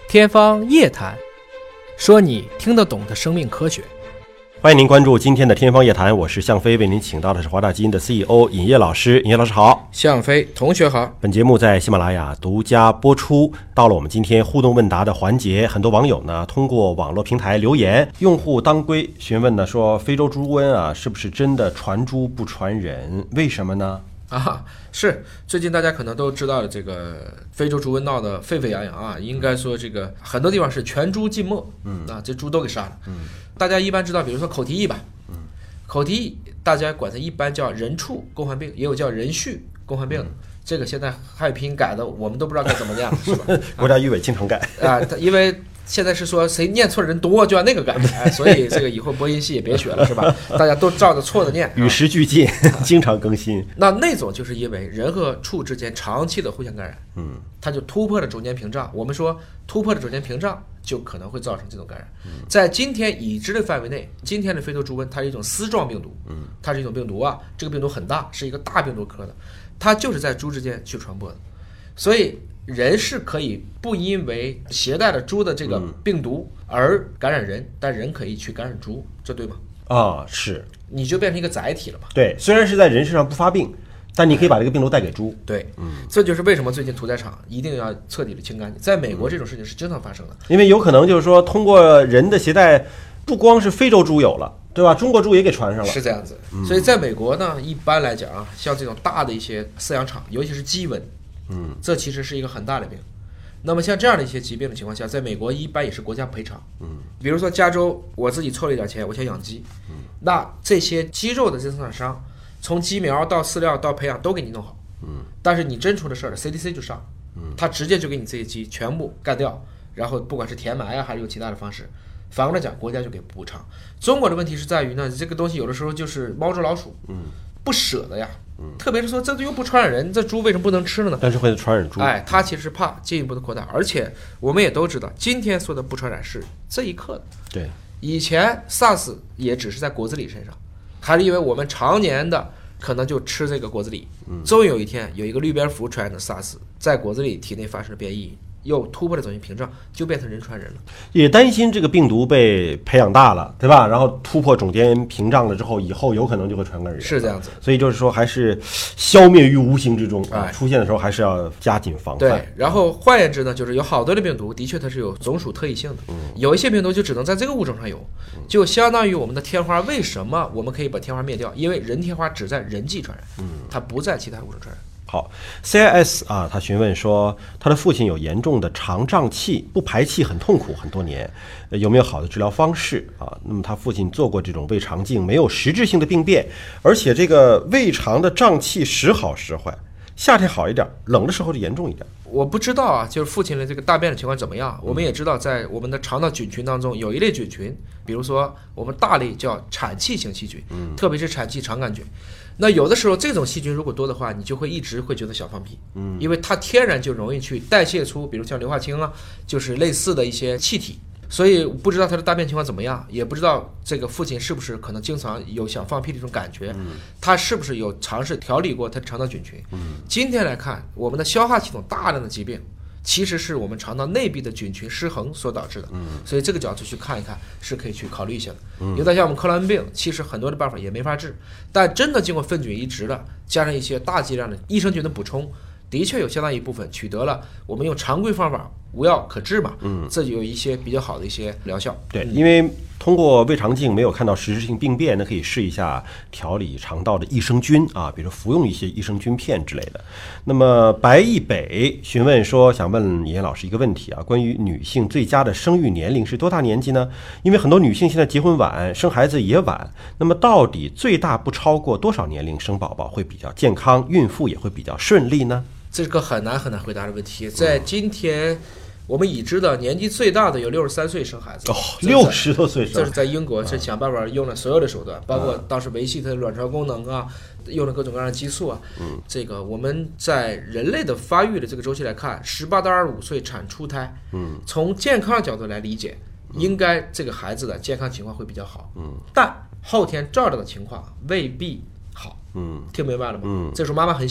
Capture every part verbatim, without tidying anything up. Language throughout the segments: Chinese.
天方夜谭，说你听得懂的生命科学。 欢迎您关注今天的天方夜谭，我是向飞，为您请到的是华大基因的 C E O 尹烨老师。尹烨老师好。 向飞同学好。 本节目在喜马拉雅独家播出。到了我们今天互动问答的环节，很多网友呢通过网络平台留言，用户当归询问呢说，非洲猪瘟啊是不是真的传猪不传人？为什么呢？ 啊，是最近大家可能都知道了，这个非洲猪瘟闹得沸沸扬扬啊，应该说这个很多地方是全猪尽没，嗯啊，这猪都给杀了。嗯，大家一般知道，比如说口蹄疫吧，嗯，口蹄疫大家管它一般叫人畜共患病，也有叫人畜共患病。嗯，这个现在汉语拼音改的，我们都不知道该怎么念了，是吧？ 国家语委经常改啊，因为现在是说谁念错人多就要那个改，哎，所以这个以后播音系也别学了，是吧？大家都照着错的念， 与时俱进，经常更新。 那那种就是因为人和畜之间长期的互相感染，嗯，它就突破了中间屏障。我们说突破了中间屏障，就可能会造成这种感染。在今天已知的范围内，今天的非洲猪瘟它是一种丝状病毒，嗯，它是一种病毒啊，这个病毒很大，是一个大病毒科的，它就是在猪之间去传播的，所以人是可以不因为携带了猪的这个病毒而感染人，但人可以去感染猪，这对吗？ 啊，是， 你就变成一个载体了嘛。 对，虽然是在人身上不发病，但你可以把这个病毒带给猪。 对，嗯，这就是为什么最近屠宰场一定要彻底的清干净。在美国这种事情是经常发生的， 因为有可能就是说通过人的携带，不光是非洲猪有了，对吧？中国猪也给传上了， 是这样子。所以在美国呢，一般来讲啊，像这种大的一些饲养场，尤其是鸡瘟，嗯，这其实是一个很大的病。那么像这样的一些疾病的情况下，在美国一般也是国家赔偿。嗯，比如说加州，我自己凑了一点钱，我想养鸡，嗯，那这些鸡肉的这生产商，从鸡苗到饲料到培养都给你弄好。嗯，但是你真出了事儿了 ，C D C 就上，嗯，他直接就给你这些鸡全部干掉，然后不管是填埋啊，还是用其他的方式。反过来讲，国家就给补偿。中国的问题是在于呢，这个东西有的时候就是猫捉老鼠，嗯，不舍得呀，嗯，特别是说这又不传染人，这猪为什么不能吃了呢？ 但是会传染猪， 哎，它其实怕进一步的扩大，而且我们也都知道，今天说的不传染是这一刻的， 对， 以前 SARS 也只是在果子狸身上，还是因为我们常年的可能就吃这个果子狸，嗯，终于有一天有一个绿蝙蝠传染的 SARS 在果子狸体内发生了变异。又突破了中间屏障，就变成人传人了。 也担心这个病毒被培养大了，对吧？然后突破中间屏障了之后，以后有可能就会传给人。 是这样子。 所以就是说，还是消灭于无形之中啊！ 哎、 出现的时候还是要加紧防范。 对，然后换言之呢，就是有好多的病毒，的确它是有种属特异性的。嗯。有一些病毒就只能在这个物种上有，就相当于我们的天花。为什么我们可以把天花灭掉？因为人天花只在人际传染，嗯，它不在其他物种传染。 好 ，C I S 啊，他询问说，他的父亲有严重的肠胀气，不排气很痛苦很多年，呃、有没有好的治疗方式啊？那么他父亲做过这种胃肠镜，没有实质性的病变，而且这个胃肠的胀气时好时坏，夏天好一点，冷的时候就严重一点。 我不知道啊，就是父亲的这个大便的情况怎么样？我们也知道，在我们的肠道菌群当中，有一类菌群，比如说我们大类叫产气型细菌，嗯，特别是产气肠杆菌。那有的时候这种细菌如果多的话，你就会一直会觉得想放屁，嗯，因为它天然就容易去代谢出，比如像硫化氢啊，就是类似的一些气体。所以不知道他的大便情况怎么样，也不知道这个父亲是不是可能经常有想放屁的这种感觉，嗯，他是不是有尝试调理过他的肠道菌群。嗯，今天来看，我们的消化系统大量的疾病，其实是我们肠道内壁的菌群失衡所导致的。嗯，所以这个角度去看一看，是可以去考虑一下的。嗯，有点像我们克罗恩病，其实很多的办法也没法治，但真的经过粪菌移植了，加上一些大剂量的益生菌的补充，的确有相当一部分取得了我们用常规方法无药可治嘛，嗯，这就有一些比较好的一些疗效。 对，因为通过胃肠镜没有看到实质性病变，那可以试一下调理肠道的益生菌啊，比如服用一些益生菌片之类的。那么白亦北询问说，想问尹烨老师一个问题啊，关于女性最佳的生育年龄是多大年纪呢？因为很多女性现在结婚晚，生孩子也晚，那么到底最大不超过多少年龄生宝宝会比较健康，孕妇也会比较顺利呢？ 这是个很难很难回答的问题。在今天我们已知的年纪最大的有六十三岁生孩子， 哦，六十多岁生， 这是在英国是想办法用了所有的手段，包括当时维系它的卵巢功能啊，用了各种各样的激素啊。嗯，这个我们在人类的发育的这个周期来看，十八到二十五岁产出胎，嗯，从健康角度来理解，应该这个孩子的健康情况会比较好。嗯，但后天照着的情况未必好。嗯，听明白了吗？嗯，这时候妈妈很小。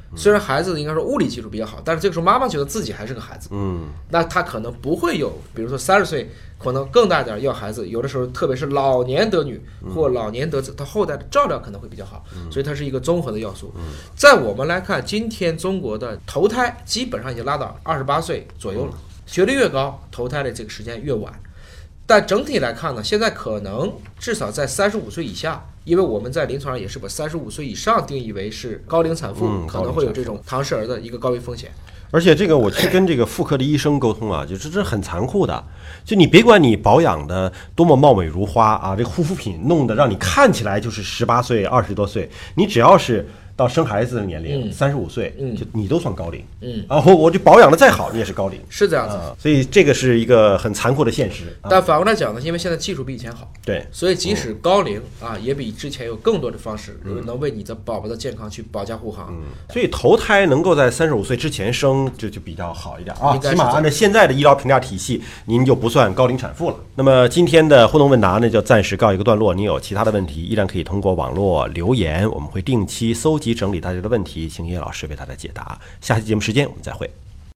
虽然孩子应该说物理基础比较好，但是这个时候妈妈觉得自己还是个孩子， 嗯， 那她可能不会有，比如说三十岁可能更大点要孩子，有的时候特别是老年得女或老年得子，他后代的照料可能会比较好，所以它是一个综合的要素。在我们来看，今天中国的头胎基本上已经拉到二十八岁左右了，学历越高，投胎的这个时间越晚。但整体来看呢，现在可能至少在三十五岁以下，因为我们在临床上也是把三十五岁以上定义为是高龄产妇， 嗯、 可能会有这种唐氏儿的一个高危风险。 而且这个我去跟这个妇科的医生沟通啊，就是这很残酷的。就你别管你保养的多么貌美如花啊，这个护肤品弄得让你看起来就是十八岁、二十多岁，你只要是到生孩子的年龄，三十五岁， 嗯， 就你都算高龄， 嗯啊，我我就保养的再好，你也是高龄， 是这样子、 啊。所以这个是一个很残酷的现实。啊、 但反过来讲呢，因为现在技术比以前好， 对， 所以即使高龄、嗯、啊，也比之前有更多的方式、嗯、能为你的宝宝的健康去保驾护航。 嗯，所以头胎能够在三十五岁之前生，这就比较好一点啊。起码按照现在的医疗评价体系，您就不算高龄产妇了。那么今天的互动问答呢，就暂时告一个段落。您有其他的问题，依然可以通过网络留言，我们会定期搜集整理大家的问题，请叶老师为大家解答。下期节目时间我们再会。